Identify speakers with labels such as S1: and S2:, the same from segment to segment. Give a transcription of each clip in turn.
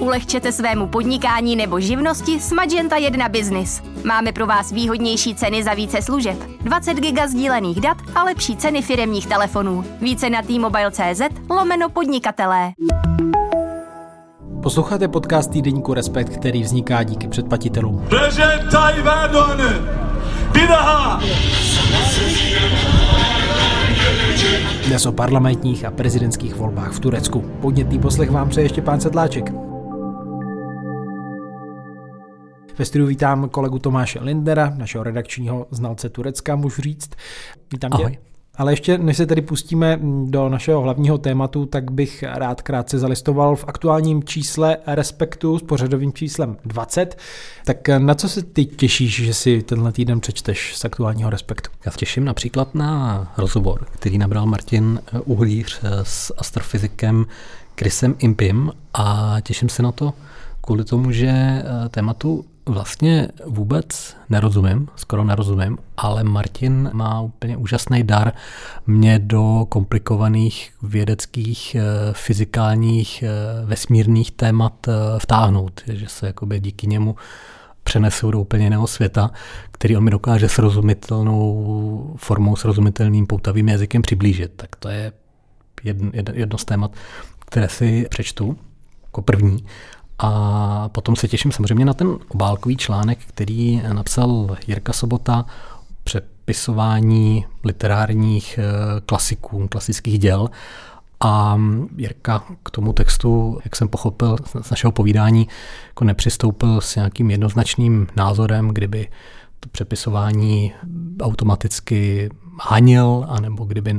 S1: Ulehčete svému podnikání nebo živnosti s Magenta 1 Business. Máme pro vás výhodnější ceny za více služeb, 20 GB sdílených dat a lepší ceny firemních telefonů. Více na t-mobile.cz/podnikatelé.
S2: Posloucháte podcast týdeníku Respekt, který vzniká díky předplatitelům. Dnes o parlamentních a prezidentských volbách v Turecku. Podnětný poslech vám přeje Štěpán Sedláček. Ve studiu vítám kolegu Tomáše Lindnera, našeho redakčního znalce Turecka, můžu říct. Vítám tě.
S3: Ahoj.
S2: Ale ještě, než se tedy pustíme do našeho hlavního tématu, tak bych rád krátce zalistoval v aktuálním čísle Respektu s pořadovým číslem 20. Tak na co se ty těšíš, že si tenhle týden přečteš z aktuálního Respektu?
S3: Já se těším například na rozhovor, který nabral Martin Uhlíř s astrofyzikem Chrisem Impim a těším se na to kvůli tomu, že tématu vlastně vůbec skoro nerozumím, ale Martin má úplně úžasný dar mě do komplikovaných vědeckých, fyzikálních, vesmírných témat vtáhnout, že se jakoby díky němu přenesou do úplně jiného světa, který on mi dokáže srozumitelnou formou, srozumitelným poutavým jazykem přiblížit. Tak to je jedno z témat, které si přečtu jako první. A potom se těším samozřejmě na ten obálkový článek, který napsal Jirka Sobota, přepisování literárních klasiků, klasických děl. A Jirka k tomu textu, jak jsem pochopil z našeho povídání, jako nepřistoupil s nějakým jednoznačným názorem, kdyby to přepisování automaticky hanil, anebo kdyby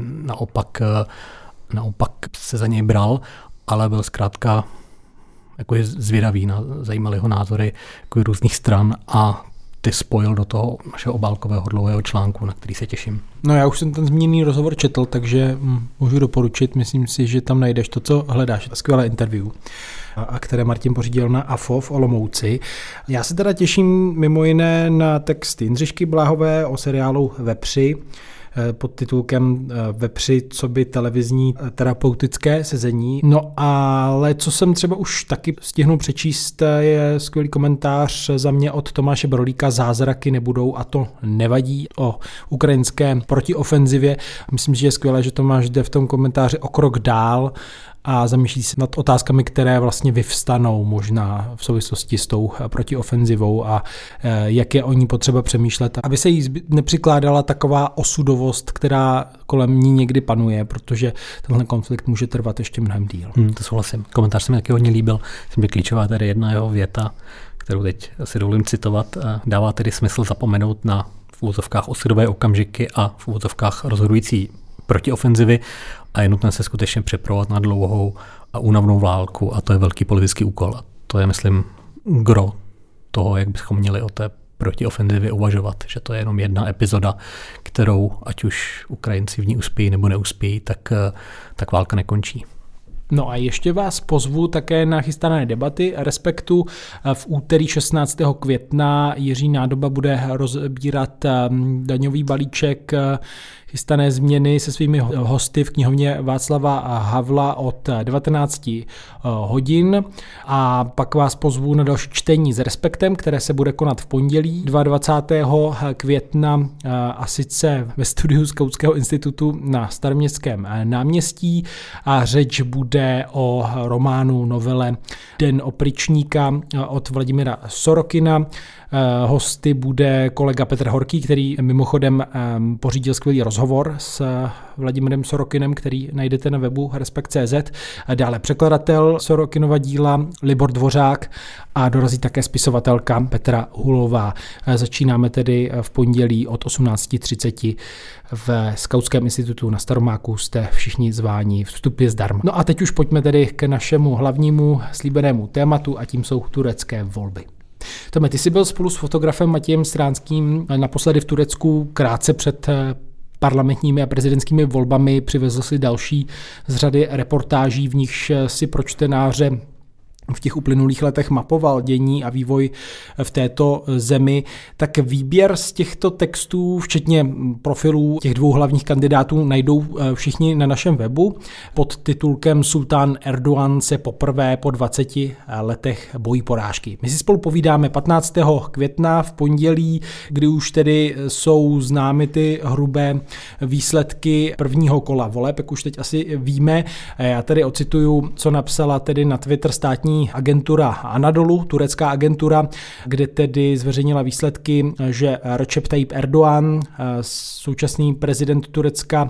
S3: naopak se za něj bral, ale byl zkrátka jako je zvědavý, zajímaly ho názory jako různých stran a ty spojil do toho našeho obálkového dlouhého článku, na který se těším.
S2: No já už jsem ten zmíněný rozhovor četl, takže můžu doporučit, myslím si, že tam najdeš to, co hledáš. Skvělé interview, a které Martin pořídil na AFO v Olomouci. Já se teda těším mimo jiné na text Jindřišky Bláhové o seriálu Vepři, pod titulkem Vepři, co by televizní terapeutické sezení. No ale co jsem třeba už taky stihnul přečíst, je skvělý komentář za mě od Tomáše Brolíka Zázraky nebudou a to nevadí o ukrajinské protiofenzivě. Myslím, že je skvělé, že Tomáš jde v tom komentáři o krok dál a zamýšlí se nad otázkami, které vlastně vyvstanou možná v souvislosti s tou protiofenzivou a jak je o ní potřeba přemýšlet, aby se jí nepřikládala taková osudovost, která kolem ní někdy panuje, protože tenhle konflikt může trvat ještě mnohem díl.
S3: To souhlasím. Komentář se mi taky hodně líbil. Myslím, že klíčová tady jedna jeho věta, kterou teď si dovolím citovat, dává tedy smysl zapomenout na v úvozovkách osudové okamžiky a v úvozovkách rozhodující protiofenzivy a je nutné se skutečně připravovat na dlouhou a únavnou válku a to je velký politický úkol. A to je, myslím, gro toho, jak bychom měli o té protiofenzivě uvažovat, že to je jenom jedna epizoda, kterou, ať už Ukrajinci v ní uspějí nebo neuspějí, tak válka nekončí.
S2: No a ještě vás pozvu také na chystané debaty Respektu. V úterý 16. května Jiří Nádoba bude rozbírat daňový balíček, chystané změny se svými hosty v knihovně Václava Havla od 19 hodin a pak vás pozvu na další čtení s Respektem, které se bude konat v pondělí 22. května a sice ve studiu Skautského institutu na Staroměstském náměstí a řeč bude o románu novele Den opryčníka od Vladimira Sorokina. Hosty bude kolega Petr Horký, který mimochodem pořídil skvělý rozhovor s Vladimirem Sorokinem, který najdete na webu Respekt.cz. Dále překladatel Sorokinova díla Libor Dvořák a dorazí také spisovatelka Petra Hulová. Začínáme tedy v pondělí od 18:30 v Skautském institutu na Staromáku. Jste všichni zváni, vstup je zdarma. No a teď už pojďme tedy k našemu hlavnímu slíbenému tématu a tím jsou turecké volby. Tome, ty jsi byl spolu s fotografem Matějem Stránským naposledy v Turecku krátce před parlamentními a prezidentskými volbami. Přivezl si další z řady reportáží, v nichž si pro čtenáře v těch uplynulých letech mapoval dění a vývoj v této zemi, tak výběr z těchto textů, včetně profilů těch dvou hlavních kandidátů, najdou všichni na našem webu. Pod titulkem Sultán Erdogan se poprvé po 20 letech bojí porážky. My si spolu povídáme 15. května v pondělí, kdy už tedy jsou známy ty hrubé výsledky prvního kola voleb, jak už teď asi víme. Já tady ocituju, co napsala tedy na Twitter státní agentura Anadolu, turecká agentura, kde tedy zveřejnila výsledky, že Recep Tayyip Erdogan, současný prezident Turecka,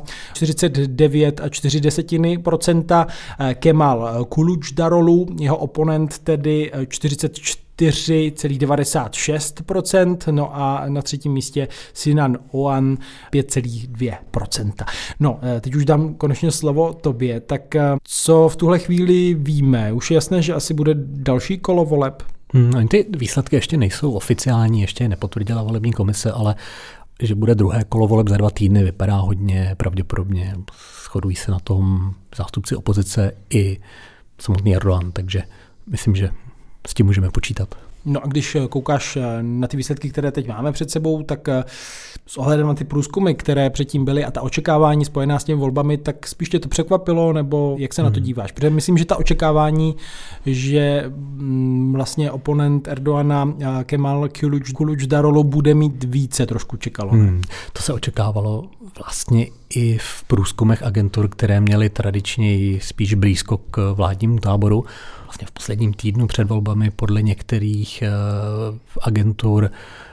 S2: 49,4%, Kemal Kılıçdaroğlu, jeho oponent tedy 4,96%, no a na třetím místě Sinan Oğan 5,2%. No, teď už dám konečně slovo tobě, tak co v tuhle chvíli víme? Už je jasné, že asi bude další kolo voleb?
S3: Ty výsledky ještě nejsou oficiální, ještě nepotvrdila volební komise, ale že bude druhé kolo voleb za 2 týdny, vypadá hodně pravděpodobně. Shodují se na tom zástupci opozice i samotný Erdogan, takže myslím, že s tím můžeme počítat.
S2: No a když koukáš na ty výsledky, které teď máme před sebou, tak s ohledem na ty průzkumy, které předtím byly a ta očekávání spojená s těmi volbami, tak spíš tě to překvapilo, nebo jak se na to díváš? Protože myslím, že ta očekávání, že vlastně oponent Erdogana Kemal Kılıçdaroğlu bude mít více, trošku čekalo.
S3: To se očekávalo vlastně i v průzkumech agentur, které měly tradičně spíš blízko k vládnímu táboru. Vlastně v posledním týdnu před volbami podle některých agentur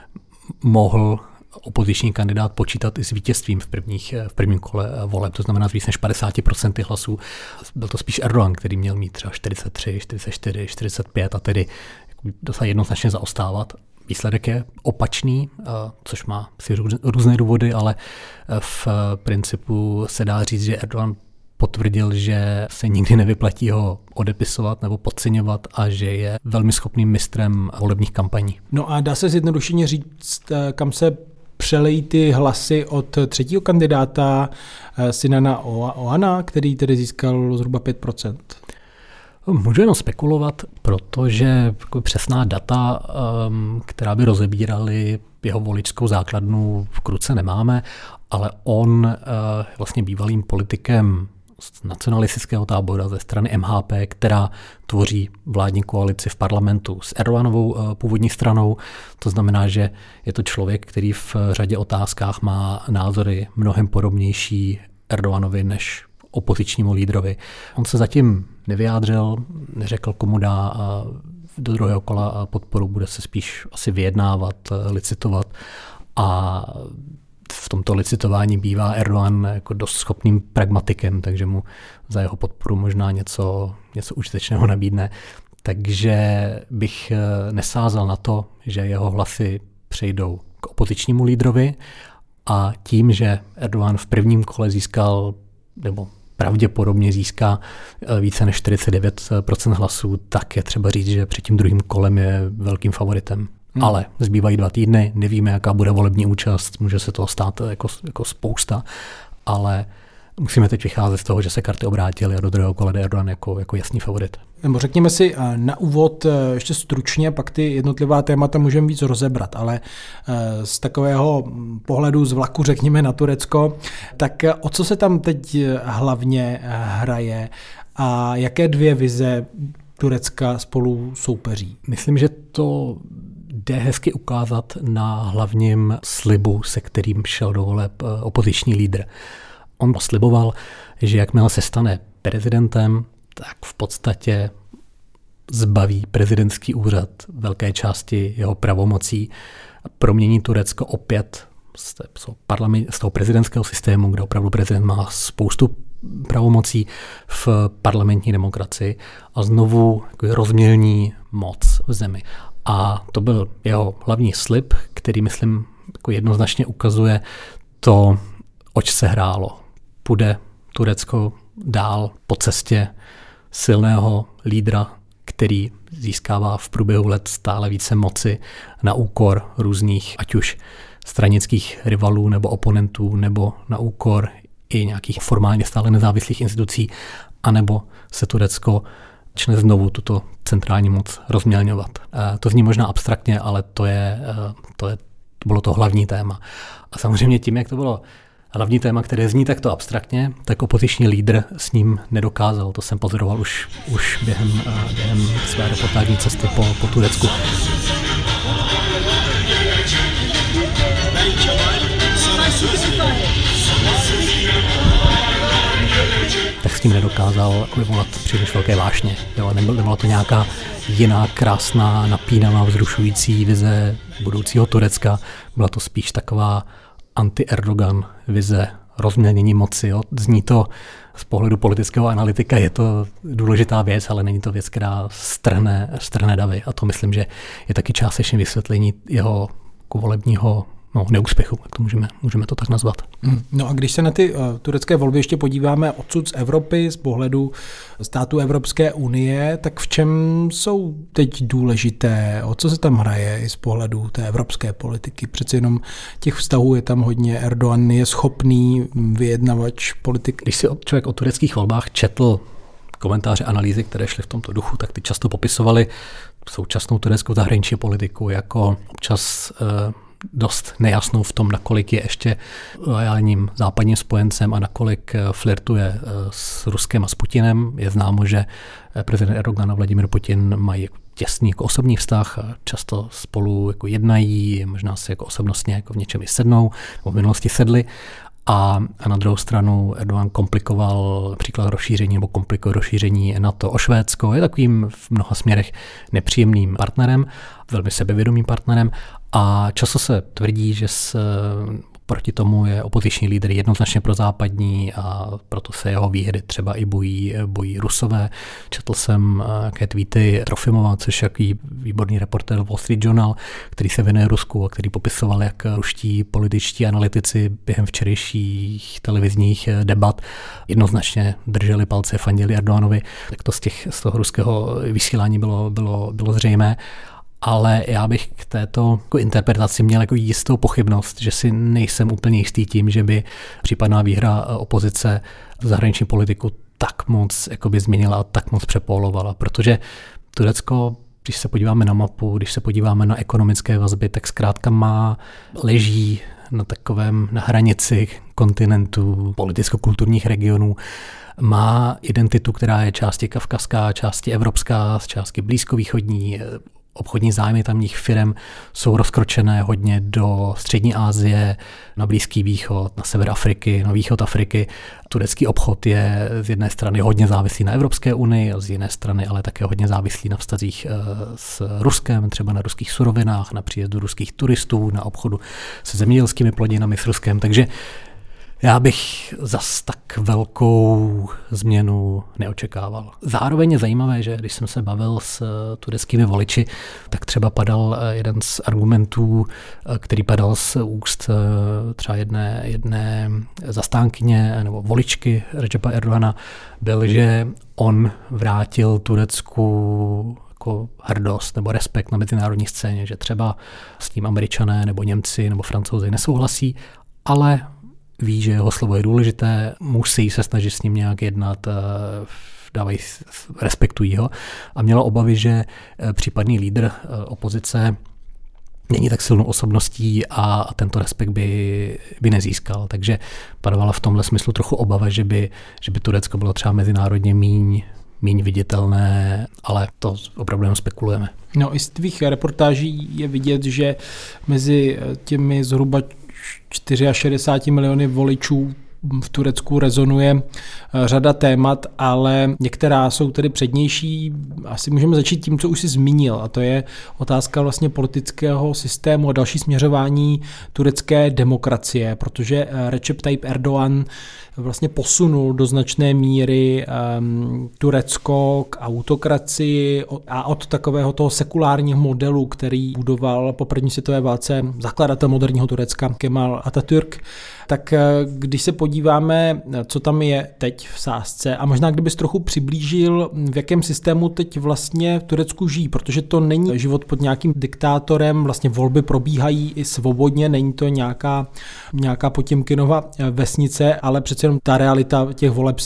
S3: mohl opoziční kandidát počítat i s vítězstvím v prvním kole voleb, to znamená z víc než 50% hlasů. Byl to spíš Erdogan, který měl mít třeba 43, 44, 45 a tedy docela jednoznačně zaostávat. Výsledek je opačný, což má si různé důvody, ale v principu se dá říct, že Erdogan potvrdil, že se nikdy nevyplatí ho odepisovat nebo podceňovat a že je velmi schopným mistrem volebních kampaní.
S2: No a dá se zjednodušeně říct, kam se přelejí ty hlasy od třetího kandidáta Sinana Oğana, který tedy získal zhruba 5%?
S3: Můžu jenom spekulovat, protože přesná data, která by rozebíraly jeho voličskou základnu, v kruce nemáme, ale on vlastně bývalým politikem z nacionalistického tábora ze strany MHP, která tvoří vládní koalici v parlamentu s Erdoganovou původní stranou. To znamená, že je to člověk, který v řadě otázkách má názory mnohem podobnější Erdoganovi než opozičnímu lídrovi. On se zatím nevyjádřil, neřekl, komu dá do druhého kola podporu, bude se spíš asi vyjednávat, licitovat a v tomto licitování bývá Erdogan jako dost schopným pragmatikem, takže mu za jeho podporu možná něco užitečného nabídne. Takže bych nesázal na to, že jeho hlasy přejdou k opozičnímu lídrovi a tím, že Erdogan v prvním kole získal, nebo pravděpodobně získá více než 49% hlasů, tak je třeba říct, že před tím druhým kolem je velkým favoritem. Ale zbývají 2 týdny, nevíme, jaká bude volební účast, může se toho stát jako spousta, ale musíme teď vycházet z toho, že se karty obrátily a do druhého kola jde Erdogan jako jasný favorit.
S2: Nebo řekněme si na úvod ještě stručně, pak ty jednotlivá témata můžeme víc rozebrat, ale z takového pohledu z vlaku, řekněme, na Turecko, tak o co se tam teď hlavně hraje a jaké 2 vize Turecka spolu soupeří?
S3: Myslím, že to jde hezky ukázat na hlavním slibu, se kterým šel do voleb opoziční lídr. On sliboval, že jakmile se stane prezidentem, tak v podstatě zbaví prezidentský úřad velké části jeho pravomocí, promění Turecko opět z toho prezidentského systému, kde opravdu prezident má spoustu pravomocí, v parlamentní demokracii a znovu rozmělní moc v zemi. A to byl jeho hlavní slib, který, myslím, jako jednoznačně ukazuje to, oč se hrálo. Půjde Turecko dál po cestě silného lídra, který získává v průběhu let stále více moci na úkor různých, ať už stranických rivalů nebo oponentů, nebo na úkor i nějakých formálně stále nezávislých institucí, anebo se Turecko začne znovu tuto centrální moc rozmělňovat. To zní možná abstraktně, ale to bylo to hlavní téma. A samozřejmě tím, jak to bylo hlavní téma, které zní takto abstraktně, tak opoziční lídr s ním nedokázal. To jsem pozoroval už během své reportážní cesty po Turecku. Tak s tím nedokázal vyvolat příliš velké vášně. Jo, nebyla to nějaká jiná krásná, napínavá, vzrušující vize budoucího Turecka. Byla to spíš taková anti-Erdogan vize rozmělnění moci. Jo. Zní to z pohledu politického analytika, je to důležitá věc, ale není to věc, která strhne davy. A to myslím, že je taky částečně vysvětlení jeho volebního neúspěchu, tak to můžeme to tak nazvat.
S2: No a když se na ty turecké volby ještě podíváme odsud z Evropy, z pohledu států Evropské unie, tak v čem jsou teď důležité? O co se tam hraje i z pohledu té evropské politiky? Přece jenom těch vztahů je tam hodně. Erdogan je schopný vyjednavač politik.
S3: Když si člověk o tureckých volbách četl komentáře, analýzy, které šly v tomto duchu, tak ty často popisovali současnou tureckou zahraniční politiku jako občas dost nejasnou v tom, nakolik je ještě loajálním západním spojencem a nakolik flirtuje s Ruskem a s Putinem. Je známo, že prezident Erdogan a Vladimír Putin mají těsný jako osobní vztah a často spolu jako jednají, možná si jako osobnostně jako v něčem i sednou, nebo v minulosti sedli. A na druhou stranu Erdogan komplikoval například rozšíření nebo komplikuje rozšíření NATO o Švédsko. Je takovým v mnoha směrech nepříjemným partnerem, velmi sebevědomým partnerem a často se tvrdí, že proti tomu je opoziční lídr jednoznačně prozápadní a proto se jeho výhry třeba i bojí Rusové. Četl jsem nějaké tweety Trofimova, což je jaký výborný reportér Wall Street Journal, který se věnuje Rusku a který popisoval, jak ruští političtí analytici během včerejších televizních debat jednoznačně drželi palce, fandili Erdoganovi. Tak to z toho ruského vysílání bylo zřejmé. Ale já bych k této interpretaci měl jako jistou pochybnost, že si nejsem úplně jistý tím, že by případná výhra opozice v zahraniční politiku tak moc jakoby změnila a tak moc přepólovala, protože Turecko, když se podíváme na mapu, když se podíváme na ekonomické vazby, tak zkrátka leží na hranici kontinentu, politicko-kulturních regionů, má identitu, která je části kavkazská, části evropská, části blízkovýchodní. Obchodní zájmy tamních firem jsou rozkročené hodně do střední Asie, na Blízký východ, na sever Afriky, na východ Afriky. Turecký obchod je z jedné strany hodně závislý na Evropské unii, a z jiné strany ale také hodně závislý na vztazích s Ruskem, třeba na ruských surovinách, na příjezdu ruských turistů, na obchodu se zemědělskými plodinami s Ruskem. Takže já bych zas tak velkou změnu neočekával. Zároveň je zajímavé, že když jsem se bavil s tureckými voliči, tak třeba padal jeden z argumentů, který padal z úst třeba jedné zastánkyně nebo voličky Recepa Erdogana, byl, že on vrátil Turecku jako hrdost nebo respekt na mezinárodní scéně, že třeba s tím Američané nebo Němci nebo Francouzi nesouhlasí, ale ví, že jeho slovo je důležité, musí se snažit s ním nějak jednat, respektují ho. A měla obavy, že případný lídr opozice není tak silnou osobností a tento respekt by nezískal. Takže panovala v tomhle smyslu trochu obava, že by Turecko bylo třeba mezinárodně míň viditelné, ale to opravdu jenom spekulujeme.
S2: No i z tvých reportáží je vidět, že mezi těmi zhruba 64 miliony voličů v Turecku rezonuje řada témat, ale některá jsou tedy přednější. Asi můžeme začít tím, co už jsi zmínil, a to je otázka vlastně politického systému a další směřování turecké demokracie, protože Recep Tayyip Erdogan vlastně posunul do značné míry Turecko k autokracii a od takového toho sekulárního modelu, který budoval po první světové válce zakladatel moderního Turecka Kemal Atatürk. Tak když se podíváme, co tam je teď v sázce a možná kdybys trochu přiblížil, v jakém systému teď vlastně v Turecku žijí, protože to není život pod nějakým diktátorem, vlastně volby probíhají i svobodně, není to nějaká Potěmkinova vesnice, ale přece jenom ta realita těch voleb se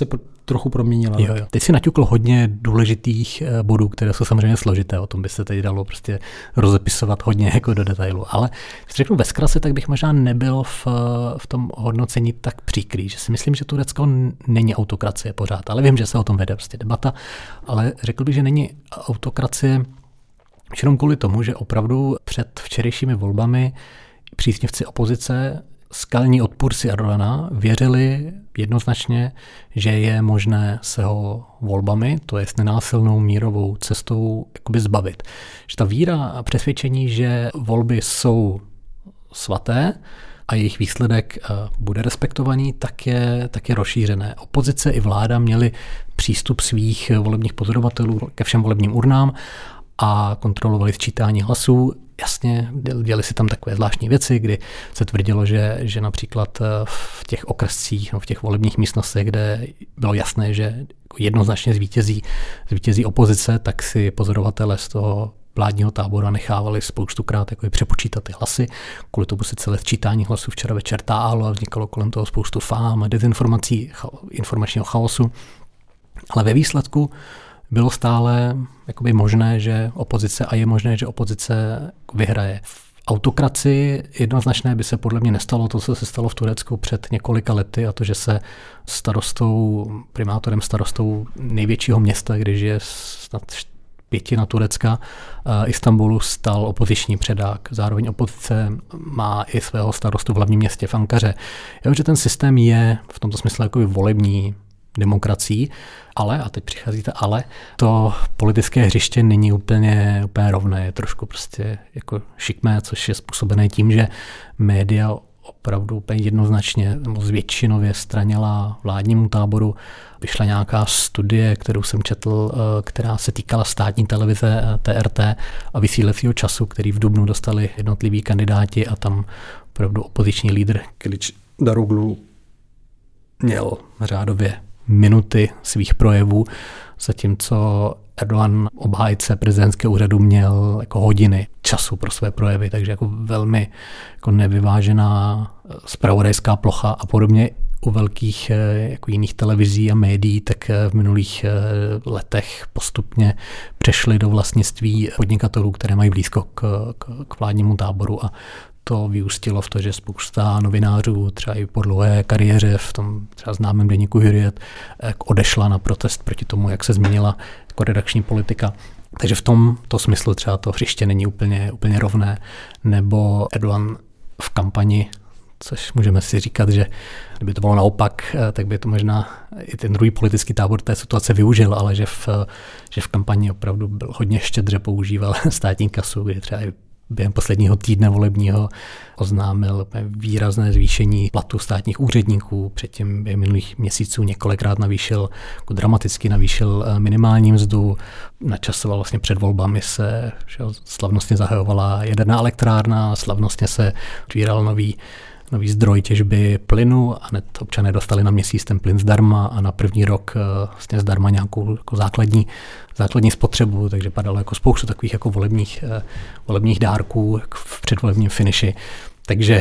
S2: trochu proměnila.
S3: Jo. Teď si naťukl hodně důležitých bodů, které jsou samozřejmě složité, o tom by se teď dalo prostě rozepisovat hodně jako do detailu, ale když řeknu ve zkratce, tak bych možná nebyl v tom hodnocení tak příkrý, že si myslím, že Turecko není autokracie pořád, ale vím, že se o tom vede prostě debata, ale řekl bych, že není autokracie jenom kvůli tomu, že opravdu před včerejšími volbami příznivci opozice, skalní odpůrci Erdogana věřili jednoznačně, že je možné se ho volbami, to je nenásilnou mírovou cestou, jakoby zbavit. Že ta víra a přesvědčení, že volby jsou svaté a jejich výsledek bude respektovaný, tak je rozšířené. Opozice i vláda měli přístup svých volebních pozorovatelů ke všem volebním urnám a kontrolovali sčítání hlasů. Jasně, děli si tam takové zvláštní věci, kdy se tvrdilo, že například v těch okrescích, v těch volebních místnostech, kde bylo jasné, že jednoznačně zvítězí opozice, tak si pozorovatelé z toho vládního tábora nechávali spoustukrát jako přepočítat ty hlasy. Kvůli tomu se celé sčítání hlasů včera večer táhlo a vznikalo kolem toho spoustu fám a dezinformací, informačního chaosu. Ale ve výsledku bylo stále jakoby možné, že opozice a je možné, že opozice vyhraje. V autokracii jednoznačné by se podle mě nestalo to, co se stalo v Turecku před několika lety, a to, že se primátorem starostou největšího města, kde žije snad 1/5 Turecka, Istanbulu, stal opoziční předák. Zároveň opozice má i svého starostu v hlavním městě v Ankaře. Že ten systém je v tomto smyslu jakoby volební demokracií, ale, a teď přicházíte ale, to politické hřiště není úplně rovné, je trošku prostě jako šikmé, což je způsobené tím, že média opravdu úplně jednoznačně zvětšinově stranila vládnímu táboru. Vyšla nějaká studie, kterou jsem četl, která se týkala státní televize TRT a vysílacího času, který v dubnu dostali jednotliví kandidáti, a tam opravdu opoziční lídr Kilič Daroglu měl řádově minuty svých projevů, zatímco Erdogan, obhájce prezidentského úřadu, měl jako hodiny času pro své projevy, takže jako velmi jako nevyvážená zpravodajská plocha. A podobně u velkých jako jiných televizí a médií, tak v minulých letech postupně přešly do vlastnictví podnikatelů, které mají blízko k vládnímu táboru, a to vyústilo v to, že spousta novinářů třeba i po dlouhé kariéře v tom třeba známém deníku Hürriyet odešla na protest proti tomu, jak se změnila jako redakční politika. Takže v tomto smyslu třeba to hřiště není úplně rovné. Nebo Erdogan v kampani, což můžeme si říkat, že kdyby to bylo naopak, tak by to možná i ten druhý politický tábor té situace využil, ale že v kampani opravdu byl hodně štědře používal státní kasu, kdy třeba i během posledního týdne volebního oznámil výrazné zvýšení platů státních úředníků, předtím během minulých měsíců několikrát dramaticky navýšil minimální mzdu, načasoval vlastně před volbami se, že slavnostně zahajovala jaderná elektrárna, slavnostně se otvíral nový zdroj těžby plynu a hned občané dostali na měsíc ten plyn zdarma a na první rok vlastně zdarma nějakou jako základní spotřebu, takže padalo jako spoustu takových jako volebních dárků v předvolebním finiši. Takže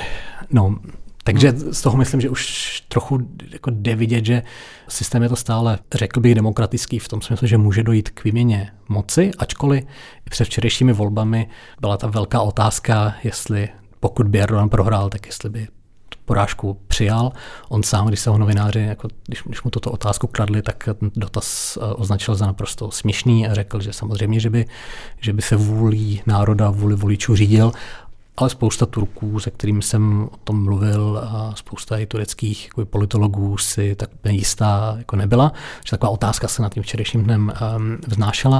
S3: z toho myslím, že už trochu jako jde vidět, že systém je to stále, řekl bych, demokratický v tom smyslu, že může dojít k výměně moci, ačkoliv před včerejšími volbami byla ta velká otázka, jestli pokud by Erdogan prohrál, tak jestli by porážku přijal. On sám, když se ho novináři, jako když mu tuto otázku kladli, tak dotaz označil za naprosto směšný a řekl, že samozřejmě, že by se vůlí národa, vůli voličů řídil, ale spousta Turků, se kterým jsem o tom mluvil, a spousta i tureckých jako politologů si tak jistá jako nebyla, že taková otázka se nad tím včerejším dnem vznášela,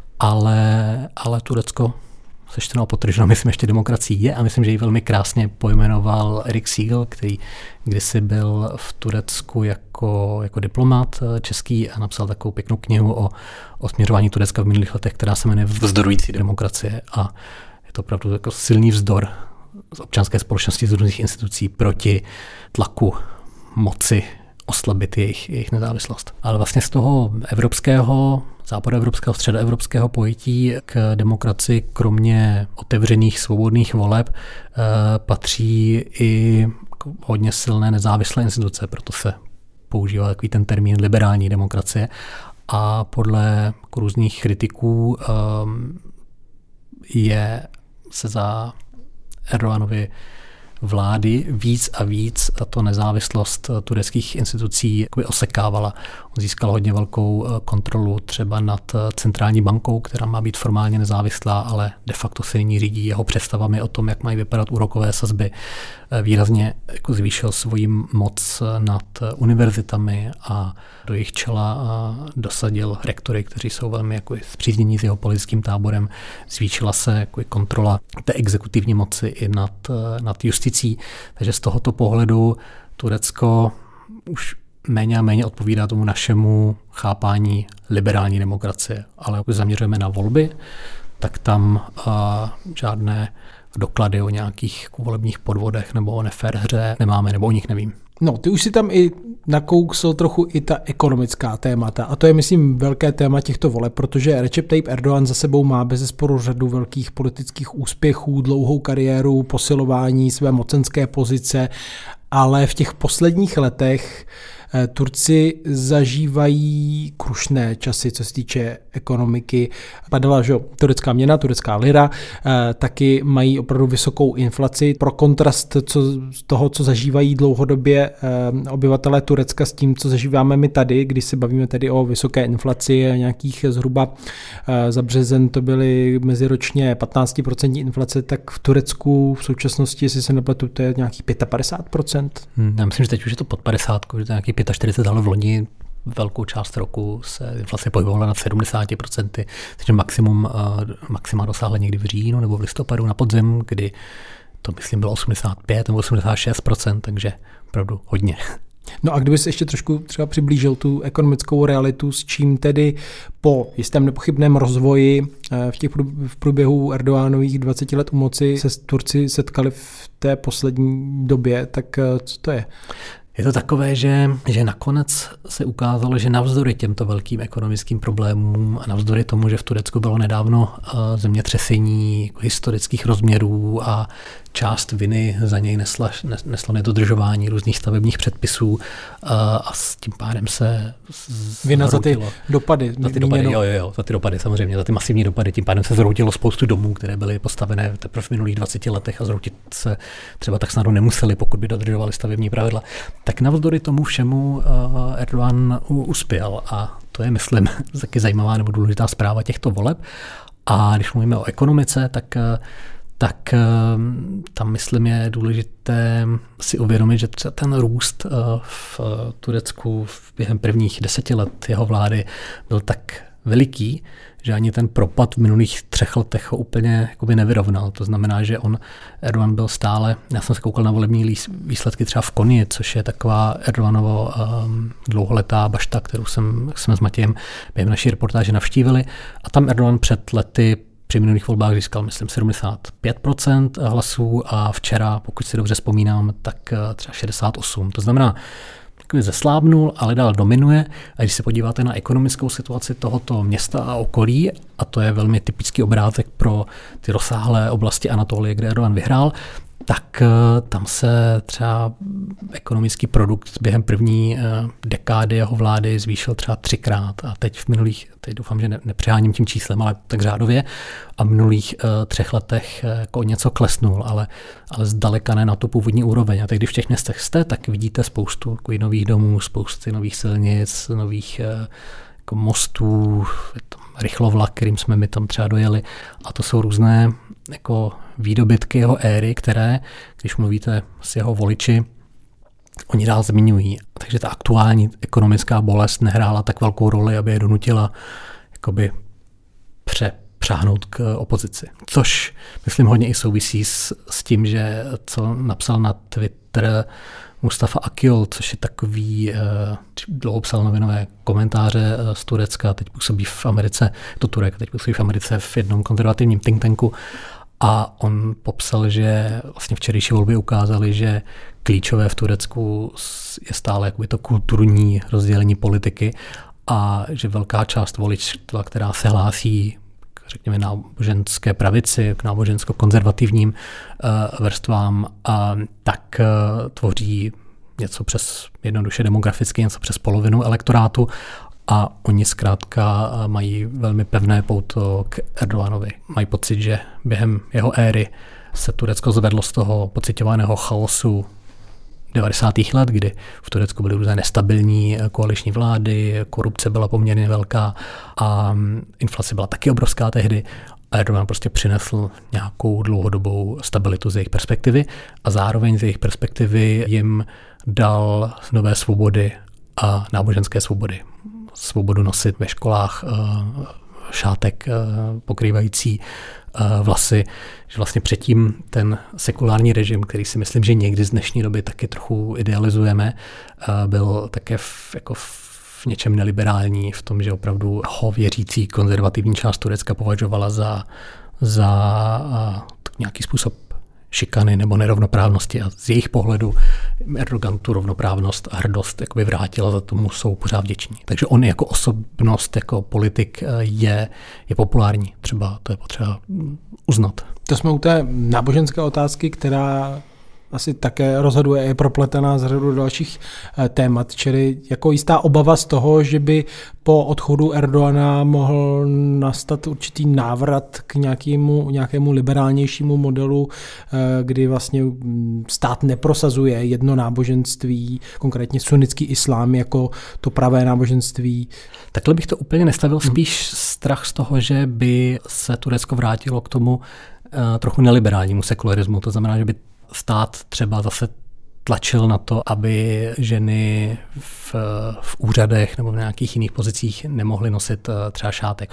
S3: ale Turecko sečteno a podtrženo, myslím, ještě demokracií je, a myslím, že ji velmi krásně pojmenoval Erik Siegel, který kdysi byl v Turecku jako diplomat český a napsal takovou pěknou knihu o směřování Turecka v minulých letech, která se jmenuje Vzdorující demokracie, a je to opravdu jako silný vzdor z občanské společnosti, z různých institucí proti tlaku moci oslabit jejich nezávislost. Ale vlastně z toho západoevropského, středoevropského pojetí k demokracii, kromě otevřených svobodných voleb, patří i hodně silné nezávislé instituce, proto se používá takový ten termín liberální demokracie a podle různých kritiků se za Erdoganovy vlády víc a víc tato nezávislost tureckých institucí osekávala. On získal hodně velkou kontrolu třeba nad centrální bankou, která má být formálně nezávislá, ale de facto se nyní řídí jeho představami o tom, jak mají vypadat úrokové sazby. Výrazně zvýšil svoji moc nad univerzitami a do jejich čela dosadil rektory, kteří jsou velmi spříznění s jeho politickým táborem. Zvýšila se kontrola té exekutivní moci i nad justicí. Takže z tohoto pohledu Turecko už méně a méně odpovídá tomu našemu chápání liberální demokracie. Ale pokud zaměřujeme na volby, tak tam žádné doklady o nějakých volebních podvodech nebo o nefér hře nemáme, nebo o nich nevím.
S2: No, ty už si tam i nakousl trochu i ta ekonomická témata a to je, myslím, velké téma těchto voleb, protože Recep Tayyip Erdogan za sebou má bezesporu řadu velkých politických úspěchů, dlouhou kariéru, posilování své mocenské pozice, ale v těch posledních letech Turci zažívají krušné časy, co se týče ekonomiky. Padala, že turecká měna, turecká lira, taky mají opravdu vysokou inflaci. Pro kontrast z toho, co zažívají dlouhodobě obyvatelé Turecka s tím, co zažíváme my tady, když se bavíme tedy o vysoké inflaci, nějakých zhruba za březen to byly meziročně 15% inflace, tak v Turecku v současnosti, jestli se nepletu, to je nějakých 55%.
S3: Já myslím, že teď už je to pod 50, že to je nějaký 45, ale v loni velkou část roku se inflace pohybovala nad 70%, takže maxima dosáhla někdy v říjnu nebo v listopadu na podzim, kdy to myslím bylo 85 nebo 86%, takže opravdu hodně.
S2: No a kdyby se ještě trošku třeba přiblížil tu ekonomickou realitu, s čím tedy po jistém nepochybném rozvoji v průběhu Erdoganových 20 let u moci se Turci setkali v té poslední době, tak co to je?
S3: Je to takové, že nakonec se ukázalo, že navzdory těmto velkým ekonomickým problémům a navzdory tomu, že v Turecku bylo nedávno zemětřesení historických rozměrů a část viny za něj neslo nedodržování různých stavebních předpisů a s tím pádem se
S2: vina za ty dopady.
S3: Za ty dopady samozřejmě, za ty masivní dopady. Tím pádem se zhroutilo spoustu domů, které byly postavené teprve v minulých 20 letech a zhroutit se třeba tak snadno nemuseli, pokud by dodržovali stavební pravidla. Tak navzdory tomu všemu Erdogan uspěl a to je, myslím, taky zajímavá nebo důležitá zpráva těchto voleb. A když mluvíme o ekonomice, tak tam, myslím, je důležité si uvědomit, že třeba ten růst v Turecku během prvních 10 let jeho vlády byl tak veliký, že ani ten propad v minulých 3 letech ho úplně nevyrovnal. To znamená, že Erdogan byl stále, já jsem se koukal na volební výsledky třeba v Konji, což je taková Erdoganovo dlouholetá bašta, kterou jsme s Matějem během naší reportáže navštívili. A tam Erdogan před lety při minulých volbách získal, myslím, 75% hlasů a včera, pokud si dobře vzpomínám, tak třeba 68%. To znamená, zeslábnul, ale dál dominuje. A když se podíváte na ekonomickou situaci tohoto města a okolí, a to je velmi typický obrázek pro ty rozsáhlé oblasti Anatolie, kde Erdogan vyhrál, tak tam se třeba ekonomický produkt během první dekády jeho vlády zvýšil třeba 3krát. A teď teď doufám, že nepřeháním tím číslem, ale tak řádově. A v minulých 3 letech jako něco klesnul, ale zdaleka ne na tu původní úroveň. A teď, když v těch městech jste, tak vidíte spoustu nových domů, spousty nových silnic, nových jako mostů, rychlovlak, kterým jsme my tam třeba dojeli. A to jsou různé jako výdobytky jeho éry, které, když mluvíte s jeho voliči, oni dál zmiňují. Takže ta aktuální ekonomická bolest nehrála tak velkou roli, aby je donutila jakoby přáhnout k opozici. Což, myslím, hodně i souvisí s tím, že co napsal na Twitter Mustafa Akyol, což je takový, dlouho psal novinové komentáře z Turecka, teď působí v Americe, teď působí v Americe v jednom konzervativním think tanku a on popsal, že vlastně včerejší volby ukázaly, že klíčové v Turecku je stále jakoby to kulturní rozdělení politiky a že velká část voličstva, která se hlásí řekněme náboženské pravici, k nábožensko-konzervativním vrstvám, tak tvoří něco přes, jednoduše demograficky, něco přes polovinu elektorátu a oni zkrátka mají velmi pevné pouto k Erdoganovi. Mají pocit, že během jeho éry se Turecko zvedlo z toho pociťovaného chaosu 90. let, kdy v Turecku byly různé nestabilní koaliční vlády, korupce byla poměrně velká a inflace byla taky obrovská tehdy. A Erdogan prostě přinesl nějakou dlouhodobou stabilitu z jejich perspektivy a zároveň z jejich perspektivy jim dal nové svobody a náboženské svobody. Svobodu nosit ve školách šátek pokrývající vlasy, že vlastně předtím ten sekulární režim, který si myslím, že někdy z dnešní doby taky trochu idealizujeme, byl také v něčem neliberální, v tom, že opravdu ho věřící konzervativní část Turecka považovala za nějaký způsob šikany nebo nerovnoprávnosti a z jejich pohledu Erdogan tu rovnoprávnost a hrdost jakoby vrátila, za tomu jsou pořád vděční. Takže on jako osobnost, jako politik je populární. Třeba to je potřeba uznat.
S2: To jsme u té náboženské otázky, která asi také rozhoduje, je propletená z řadu dalších témat, čili jako jistá obava z toho, že by po odchodu Erdogana mohl nastat určitý návrat k nějakému liberálnějšímu modelu, kdy vlastně stát neprosazuje jedno náboženství, konkrétně sunnický islám jako to pravé náboženství.
S3: Takhle bych to úplně nestavil, spíš strach z toho, že by se Turecko vrátilo k tomu trochu neliberálnímu sekularismu, to znamená, že by stát třeba zase tlačil na to, aby ženy v úřadech nebo v nějakých jiných pozicích nemohly nosit třeba šátek.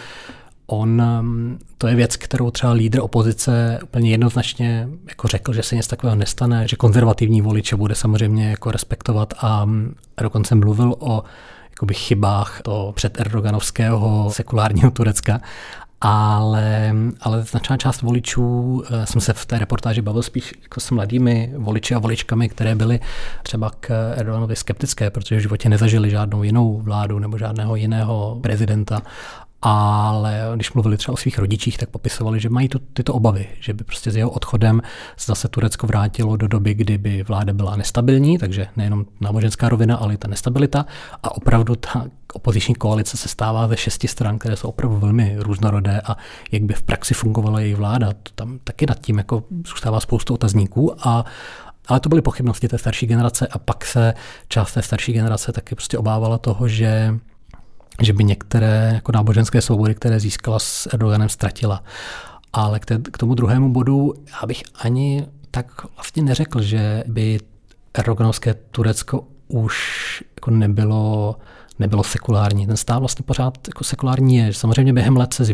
S3: To je věc, kterou třeba lídr opozice úplně jednoznačně jako řekl, že se něco takového nestane, že konzervativní voliče bude samozřejmě jako respektovat a dokonce mluvil o jakoby chybách toho přederdoganovského sekulárního Turecka. Ale značná část voličů, jsem se v té reportáži bavil spíš jako s mladými voliči a voličkami, které byly třeba k Erdoganovi skeptické, protože v životě nezažili žádnou jinou vládu nebo žádného jiného prezidenta. Ale když mluvili třeba o svých rodičích, tak popisovali, že mají tyto obavy, že by prostě s jeho odchodem zase Turecko vrátilo do doby, kdy by vláda byla nestabilní, takže nejenom náboženská rovina, ale i ta nestabilita. A opravdu ta opoziční koalice se stává ze 6 stran, které jsou opravdu velmi různorodé a jak by v praxi fungovala její vláda, tam taky nad tím jako zůstává spoustu otazníků ale to byly pochybnosti té starší generace a pak se část té starší generace taky prostě obávala toho, že by některé jako náboženské svobody, které získala s Erdoganem, ztratila. Ale k tomu druhému bodu já bych ani tak vlastně neřekl, že by erdoganovské Turecko už jako nebylo sekulární. Ten stát vlastně pořád jako sekulární je. Samozřejmě během let se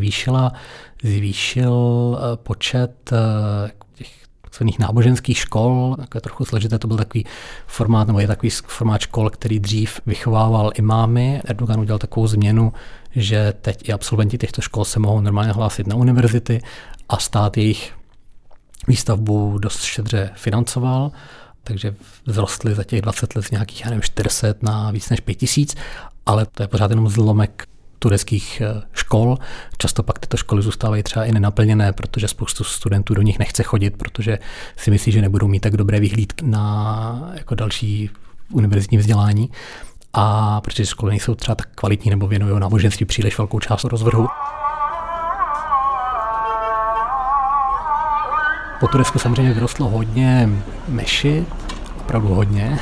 S3: zvýšil počet takzvaných náboženských škol, takové trochu složité, to byl takový formát, nebo je takový formát škol, který dřív vychovával imámy. Erdogan udělal takovou změnu, že teď i absolventi těchto škol se mohou normálně hlásit na univerzity a stát jejich výstavbu dost štědře financoval, takže vzrostly za těch 20 let z nějakých, 400 na víc než 5000, ale to je pořád jenom zlomek tureckých škol. Často pak tyto školy zůstávají třeba i nenaplněné, protože spoustu studentů do nich nechce chodit, protože si myslí, že nebudou mít tak dobré vyhlídky na jako další univerzitní vzdělání. A protože školy nejsou třeba tak kvalitní nebo věnují náboženství příliš velkou část rozvrhu. Po Turecku samozřejmě vyrostlo hodně mešit, opravdu hodně.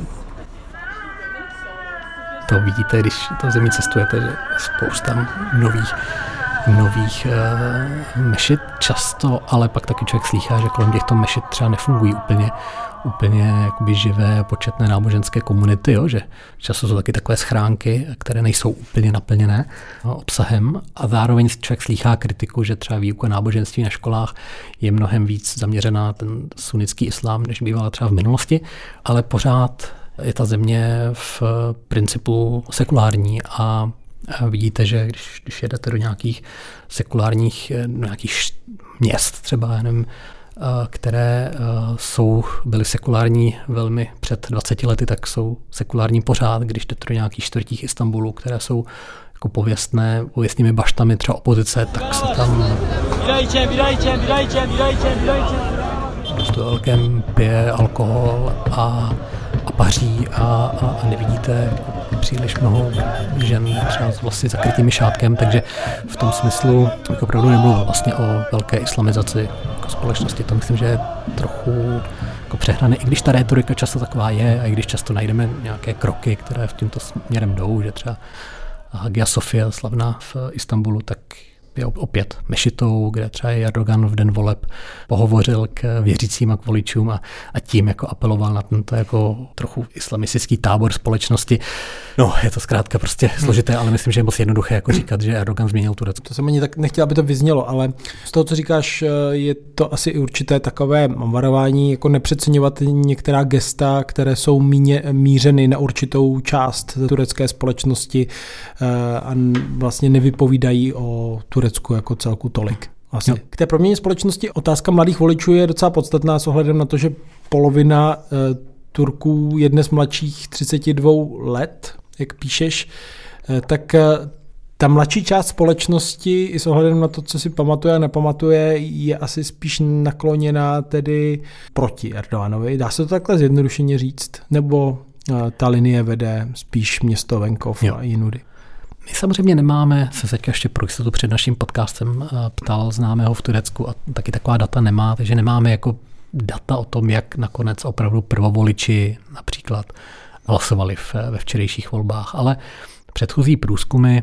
S3: To vidíte, když to v zemi cestujete, že spousta nových mešit často, ale pak taky člověk slýchá, že kolem těchto mešit třeba nefungují úplně jakoby živé početné náboženské komunity, jo? Že často jsou taky takové schránky, které nejsou úplně naplněné obsahem a zároveň člověk slýchá kritiku, že třeba výuka náboženství na školách je mnohem víc zaměřená ten sunnický islám, než bývala třeba v minulosti, ale pořád je ta země v principu sekulární a vidíte, že když jedete do nějakých sekulárních měst třeba, které byly sekulární velmi před 20 lety, tak jsou sekulární pořád, když jdete do nějakých čtvrtích Istanbulu, které jsou jako pověstnými baštami třeba opozice, tak se tam dost velkém pije alkohol a a paří a nevidíte příliš mnoho žen třeba s vlasy zakrytými šátkem, takže v tom smyslu jako opravdu nemluvil vlastně o velké islamizaci jako společnosti. To myslím, že je trochu jako přehnané, i když ta rétorika často taková je a i když často najdeme nějaké kroky, které v tímto směrem jdou, že třeba Hagia Sofia, slavná v Istanbulu, tak je opět mešitou, kde třeba Erdogan v den voleb pohovořil k věřícím a k voličům a tím jako apeloval na tento jako trochu islamistický tábor společnosti. No, je to zkrátka prostě složité, ale myslím, že je moc jednoduché jako říkat, že Erdogan změnil Turecko.
S2: To jsem ani tak nechtěl, aby to vyznělo, ale z toho, co říkáš, je to asi i určité takové varování, jako nepřeceňovat některá gesta, které jsou mířeny na určitou část turecké společnosti a vlastně nevypovídají o Turecku jako celku tolik. Vlastně. K té proměně společnosti otázka mladých voličů je docela podstatná s ohledem na to, že polovina Turků je dnes mladších 32 let, jak píšeš, tak ta mladší část společnosti i s ohledem na to, co si pamatuje a nepamatuje, je asi spíš nakloněná tedy proti Erdoganovi. Dá se to takhle zjednodušeně říct? Nebo ta linie vede spíš město venkov a jinudy?
S3: My samozřejmě nemáme, se teďka ještě pro jistotu před naším podcastem ptal známého v Turecku a taky taková data nemá, takže nemáme jako data o tom, jak nakonec opravdu prvovoliči například hlasovali ve včerejších volbách, ale předchozí průzkumy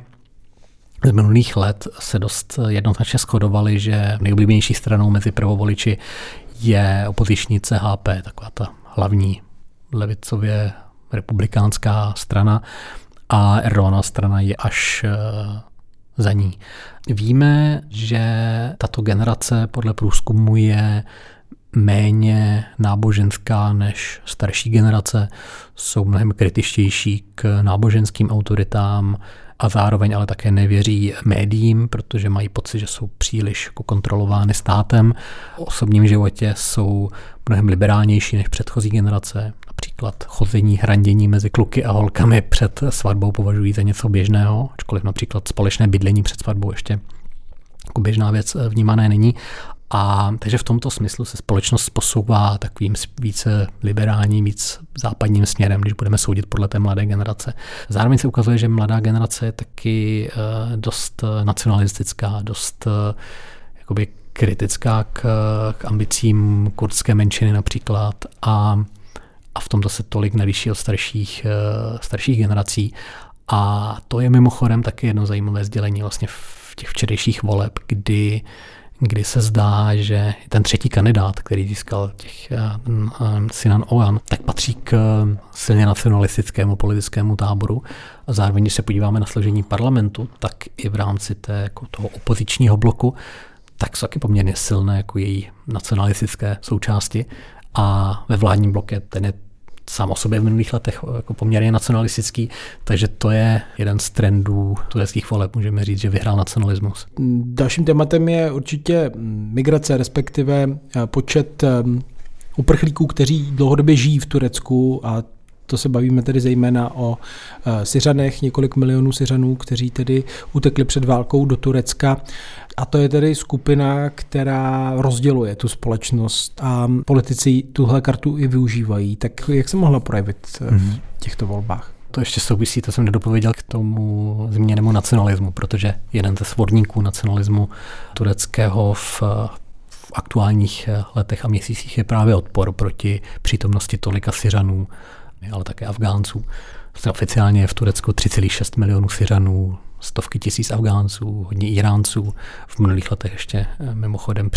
S3: z minulých let se dost jednoznačně shodovaly, že nejoblíbenější stranou mezi prvovoliči je opoziční CHP, taková ta hlavní levicově republikánská strana, a Erdoganova strana je až za ní. Víme, že tato generace podle průzkumu je méně náboženská než starší generace, jsou mnohem kritičtější k náboženským autoritám a zároveň ale také nevěří médiím, protože mají pocit, že jsou příliš kontrolovány státem. V osobním životě jsou mnohem liberálnější než předchozí generace. Například chození, hrandění mezi kluky a holkami před svatbou považují za něco běžného, ačkoliv například společné bydlení před svatbou ještě jako běžná věc vnímané není. A takže v tomto smyslu se společnost posouvá takovým více liberálním, víc západním směrem, když budeme soudit podle té mladé generace. Zároveň se ukazuje, že mladá generace je taky dost nacionalistická, dost jakoby kritická k ambicím kurdské menšiny například a v tomto se tolik neliší od starších generací. A to je mimochodem taky jedno zajímavé sdělení vlastně v těch včerejších voleb, kdy se zdá, že ten třetí kandidát, který získal Sinan Oğan, tak patří k silně nacionalistickému politickému táboru. A zároveň, když se podíváme na složení parlamentu, tak i v rámci toho opozičního bloku, tak jsou taky poměrně silné jako její nacionalistické součásti. A ve vládním bloku ten je sám o sobě v minulých letech jako poměrně nacionalistický, takže to je jeden z trendů tureckých voleb, můžeme říct, že vyhrál nacionalismus.
S2: Dalším tématem je určitě migrace, respektive počet uprchlíků, kteří dlouhodobě žijí v Turecku, a to se bavíme tedy zejména o Syřanech, několik milionů Syřanů, kteří tedy utekli před válkou do Turecka. A to je tedy skupina, která rozděluje tu společnost a politici tuhle kartu i využívají. Tak jak se mohla projevit v těchto volbách?
S3: To ještě souvisí, to jsem nedopověděl k tomu zmíněnému nacionalismu, protože jeden ze svorníků nacionalismu tureckého v aktuálních letech a měsících je právě odpor proti přítomnosti tolika Syřanů, ale také Afgánců. Oficiálně je v Turecku 3,6 milionů Syřanů, stovky tisíc Afgánců, hodně Iránců. V minulých letech ještě mimochodem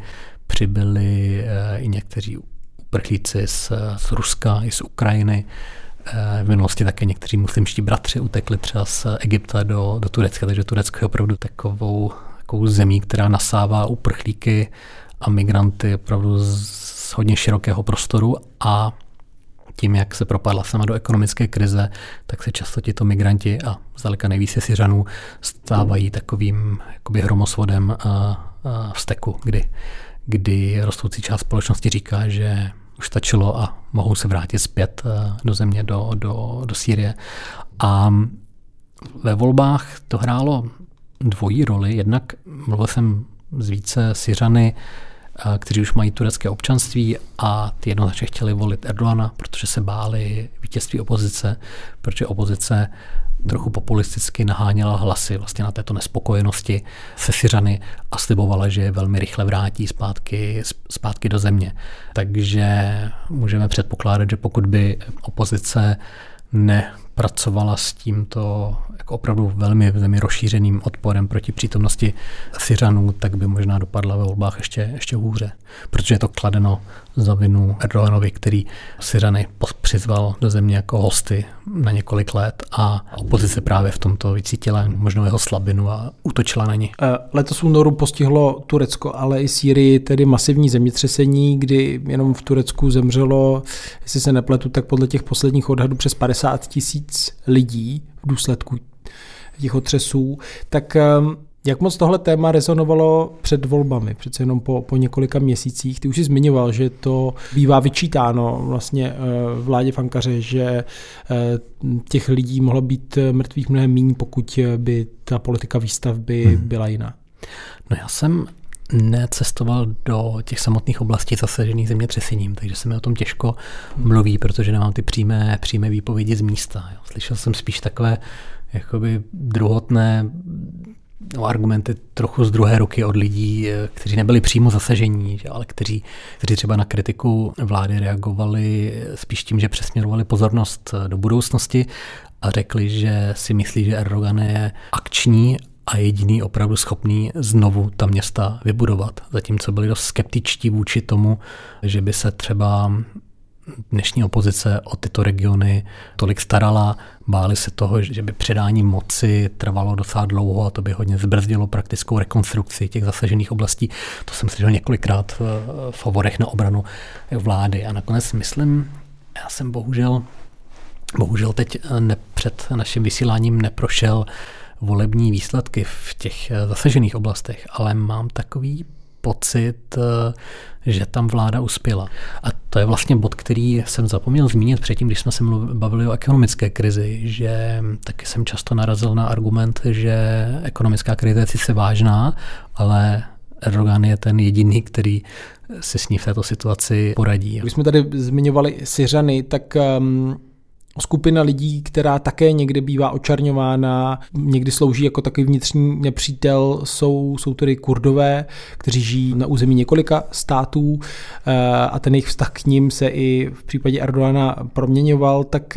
S3: přibyli i někteří uprchlíci z Ruska i z Ukrajiny. V minulosti také někteří muslimští bratři utekli třeba z Egypta do Turecka, takže Turecko je opravdu takovou zemí, která nasává uprchlíky a migranty opravdu z hodně širokého prostoru, a tím, jak se propadla sama do ekonomické krize, tak se často tito migranti a zdaleka nejvíce Syřanů stávají takovým jakoby hromosvodem vzteku, kdy rostoucí část společnosti říká, že už stačilo a mohou se vrátit zpět do země, do Sýrie. A ve volbách to hrálo dvojí roli. Jednak mluvil jsem s více Syřany kteří už mají turecké občanství a ty jednoznačně chtěli volit Erdogana, protože se báli vítězství opozice, protože opozice trochu populisticky naháněla hlasy vlastně na této nespokojenosti se Syřany a slibovala, že je velmi rychle vrátí zpátky do země. Takže můžeme předpokládat, že pokud by opozice nepracovala s tímto jako opravdu velmi rozšířeným odporem proti přítomnosti Syřanů, tak by možná dopadla ve volbách ještě hůře. Protože je to kladeno za vinu Erdoganovi, který Syřany přizval do země jako hosty na několik let a opozice právě v tomto vycítila možnou jeho slabinu a útočila na ní.
S2: Letos v únoru postihlo Turecko, ale i Sýrii tedy masivní zemětřesení, kdy jenom v Turecku zemřelo, jestli se nepletu, tak podle těch posledních odhadů přes 50 000 lidí v důsledku těch otřesů. Tak jak moc tohle téma rezonovalo před volbami, přece jenom po několika měsících? Ty už jsi zmiňoval, že to bývá vyčítáno vlastně vládě v Ankaře, že těch lidí mohlo být mrtvých mnohem míň, pokud by ta politika výstavby byla jiná.
S3: No já jsem necestoval do těch samotných oblastí zasažených zemětřesením, takže se mi o tom těžko mluví, protože nemám ty přímé výpovědi z místa. Jo. Slyšel jsem spíš takové jakoby druhotné argumenty trochu z druhé ruky od lidí, kteří nebyli přímo zasažení, ale kteří třeba na kritiku vlády reagovali spíš tím, že přesměrovali pozornost do budoucnosti a řekli, že si myslí, že Erdogan je akční a jediný opravdu schopný znovu ta města vybudovat. Zatímco byli dost skeptičtí vůči tomu, že by se třeba dnešní opozice o tyto regiony tolik starala, báli se toho, že by předání moci trvalo docela dlouho a to by hodně zbrzdilo praktickou rekonstrukci těch zasažených oblastí. To jsem slyšel několikrát v hovorech na obranu vlády. A nakonec myslím, já jsem bohužel teď před naším vysíláním neprošel volební výsledky v těch zasažených oblastech, ale mám takový pocit, že tam vláda uspěla. A to je vlastně bod, který jsem zapomněl zmínit předtím, když jsme se bavili o ekonomické krizi, že taky jsem často narazil na argument, že ekonomická krize je sice vážná, ale Erdogan je ten jediný, který si s ní v této situaci poradí.
S2: Když jsme tady zmiňovali Syřany, tak skupina lidí, která také někdy bývá očarňována, někdy slouží jako takový vnitřní nepřítel, jsou tedy Kurdové, kteří žijí na území několika států a ten jejich vztah k ním se i v případě Erdogana proměňoval. Tak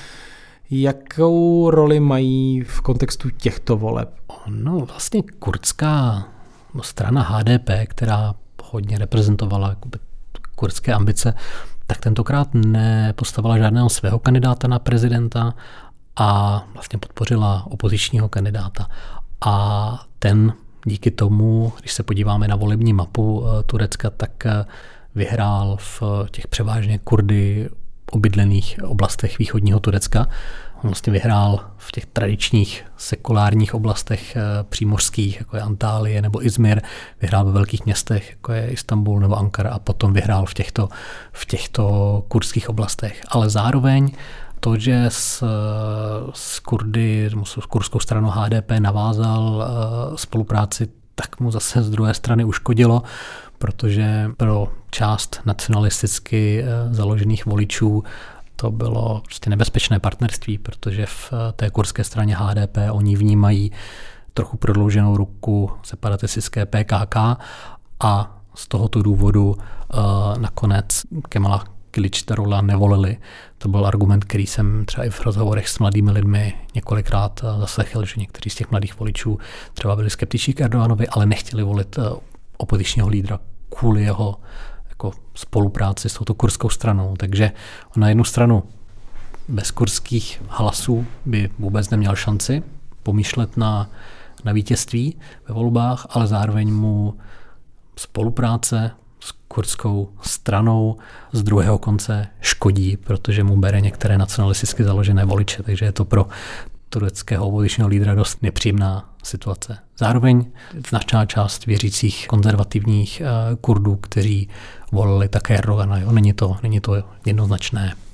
S2: jakou roli mají v kontextu těchto voleb?
S3: No vlastně kurdská strana HDP, která hodně reprezentovala kurdské ambice, tak tentokrát nepostavila žádného svého kandidáta na prezidenta a vlastně podpořila opozičního kandidáta. A ten díky tomu, když se podíváme na volební mapu Turecka, tak vyhrál v těch převážně Kurdy obydlených oblastech východního Turecka. On vlastně vyhrál v těch tradičních sekulárních oblastech přímořských, jako je Antálie nebo Izmir, vyhrál ve velkých městech, jako je Istanbul nebo Ankara a potom vyhrál v těchto kurdských oblastech. Ale zároveň to, že s Kurdy, s kurdskou stranou HDP navázal spolupráci, tak mu zase z druhé strany uškodilo, protože pro část nacionalisticky založených voličů to bylo prostě nebezpečné partnerství, protože v té kurdské straně HDP oni vnímají trochu prodlouženou ruku separatistické PKK a z tohoto důvodu nakonec Kemala Kılıçdaroğlu nevolili. To byl argument, který jsem třeba i v rozhovorech s mladými lidmi několikrát zaslechl, že někteří z těch mladých voličů třeba byli skeptičtí k Erdoganovi, ale nechtěli volit opozičního lídra kvůli jeho jako spolupráci s touto kurdskou stranou. Takže na jednu stranu bez kurdských hlasů by vůbec neměl šanci pomýšlet na vítězství ve volbách, ale zároveň mu spolupráce s kurdskou stranou z druhého konce škodí, protože mu bere některé nacionalisticky založené voliče, takže je to pro tureckého opozičního lídra dost nepříjemná situace. Zároveň značná část věřících konzervativních Kurdů, kteří volili také Erdogana. Není to jednoznačné.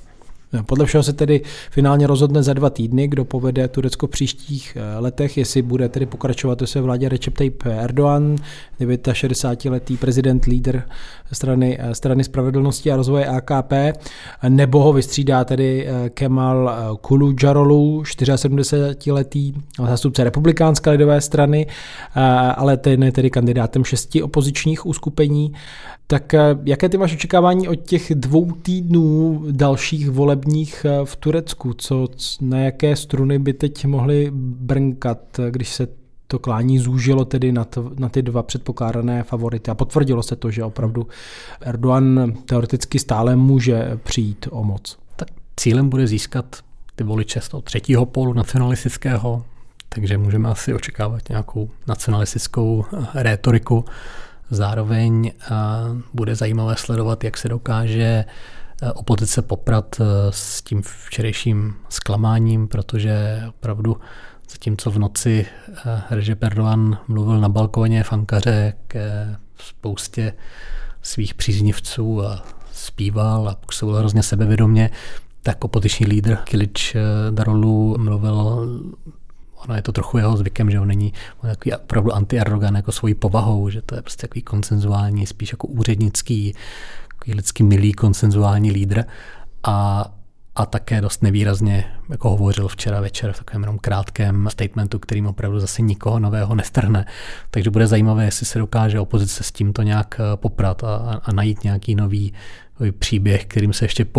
S2: Podle všeho se tedy finálně rozhodne za 2 týdny, kdo povede Turecko v příštích letech, jestli bude tedy pokračovat ve své vládě Recep Tayyip Erdoğan, 69letý prezident, lídr strany spravedlnosti a rozvoje AKP, nebo ho vystřídá tedy Kemal Kılıçdaroğlu, 74letý zástupce republikánské lidové strany, ale ten je tedy kandidátem 6 opozičních uskupení. Tak jaké ty vaše očekávání od těch 2 týdnů dalších volebních v Turecku? Na jaké struny by teď mohly brnkat, když se to klání zúžilo tedy na ty 2 předpokládané favority? A potvrdilo se to, že opravdu Erdoğan teoreticky stále může přijít o moc.
S3: Tak cílem bude získat ty voliče z toho 3. pólu nacionalistického, takže můžeme asi očekávat nějakou nacionalistickou rétoriku. Zároveň bude zajímavé sledovat, jak se dokáže opozice poprat s tím včerejším zklamáním, protože opravdu zatímco v noci Recep Erdoğan mluvil na balkóně v Ankaře k spoustě svých příznivců a zpíval a působil hrozně sebevědomě, tak opoziční lídr Kılıçdaroğlu mluvil. Ono je to trochu jeho zvykem, že on je takový opravdu anti-Erdogan jako svojí povahou, že to je prostě takový konsenzuální, spíš jako úřednický, takový lidsky milý konsenzuální lídr a také dost nevýrazně jako hovořil včera večer v takovém jenom krátkém statementu, kterým opravdu zase nikoho nového nestrhne. Takže bude zajímavé, jestli se dokáže opozice s tímto nějak poprat a najít nějaký nový příběh, kterým se ještě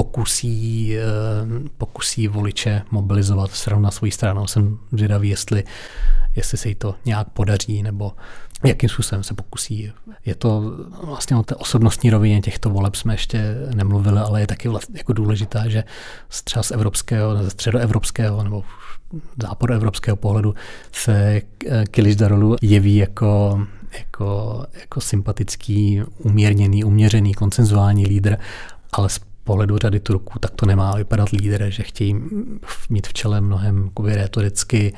S3: pokusí voliče mobilizovat stranu na svoji stranu. Jsem zvědavý, jestli se jí to nějak podaří, nebo jakým způsobem se pokusí. Je to vlastně o té osobnostní rovině těchto voleb jsme ještě nemluvili, ale je taky vlastně jako důležitá, že třeba z evropského, ze středoevropského nebo západoevropského pohledu se Kılıçdaroğlu jeví jako sympatický, umírněný, uměřený, konsenzuální lídr, ale z pohledu řady Turků tak to nemá vypadat lídr, že chtějí mít v čele mnohem rétoricky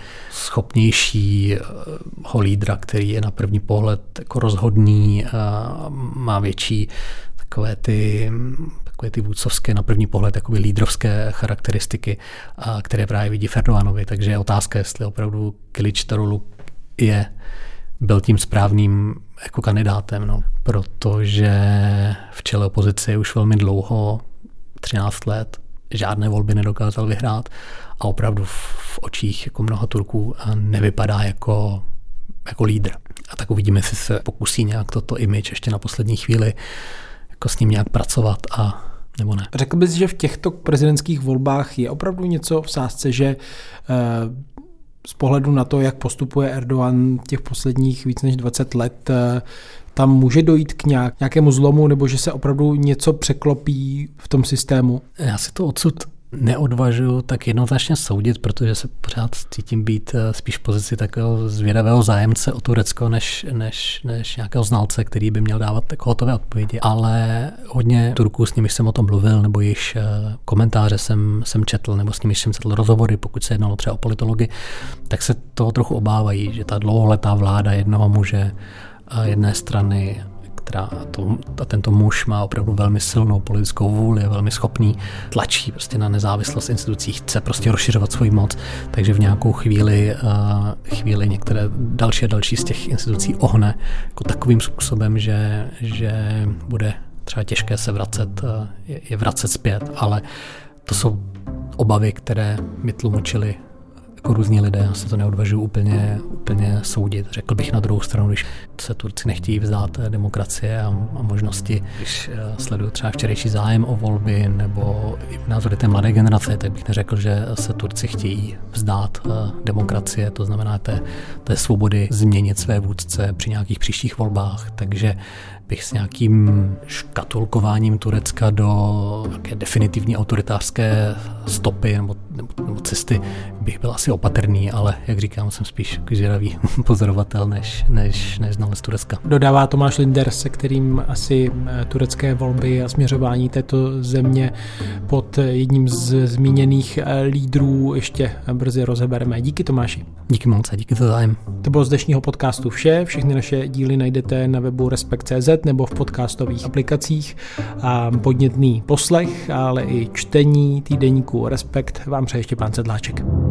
S3: schopnějšího lídra, který je na první pohled jako rozhodný, má větší takové ty vůdcovské, na první pohled jakoby lídrovské charakteristiky, které právě vidí v Erdoganovi. Takže je otázka, jestli opravdu Kılıçdaroğlu byl tím správným jako kandidátem, protože v čele opozice je už velmi dlouho, 13 let, žádné volby nedokázal vyhrát a opravdu v očích jako mnoha Turků nevypadá jako lídr. A tak uvidíme, jestli se pokusí nějak toto image ještě na poslední chvíli jako s ním nějak pracovat a nebo ne.
S2: Řekl bys, že v těchto prezidentských volbách je opravdu něco v sázce, že z pohledu na to, jak postupuje Erdogan těch posledních víc než 20 let, tam může dojít k nějakému zlomu, nebo že se opravdu něco překlopí v tom systému?
S3: Já si to odsud neodvažuji tak jednoznačně soudit, protože se pořád cítím být spíš v pozici takového zvědavého zájemce o Turecko, než nějakého znalce, který by měl dávat tak hotové odpovědi. Ale hodně Turků, s nimi jsem o tom mluvil, nebo již komentáře jsem četl, nebo s nimi jsem četl rozhovory, pokud se jednalo třeba o politology, tak se toho trochu obávají, že ta dlouholetá vláda jednoho muže jedné strany, a tento muž má opravdu velmi silnou politickou vůli, je velmi schopný, tlačí prostě na nezávislost institucí, chce prostě rozšiřovat svoji moc, takže v nějakou chvíli některé další z těch institucí ohne jako takovým způsobem, že bude třeba těžké se vracet zpět, ale to jsou obavy, které mi tlumočili jako různí lidé, já se to neodvažuji úplně soudit. Řekl bych na druhou stranu, když se Turci nechtějí vzdát demokracie a možnosti, když sleduju třeba včerejší zájem o volby nebo i názory té mladé generace, tak bych neřekl, že se Turci chtějí vzdát demokracie, to znamená té svobody změnit své vůdce při nějakých příštích volbách, takže bych s nějakým škatulkováním Turecka do nějaké definitivní autoritářské stopy nebo cesty bych byl asi opatrný, ale jak říkám, jsem spíš zvědavý pozorovatel než znalec Turecka.
S2: Dodává Tomáš Linder, se kterým asi turecké volby a směřování této země pod jedním z zmíněných lídrů ještě brzy rozebereme. Díky, Tomáši.
S3: Díky moc a díky za zájem.
S2: To bylo z dnešního podcastu vše. Všechny naše díly najdete na webu Respekt.cz, nebo v podcastových aplikacích. Podnětný poslech, ale i čtení týdeníku Respekt vám přeje Štěpán Sedláček.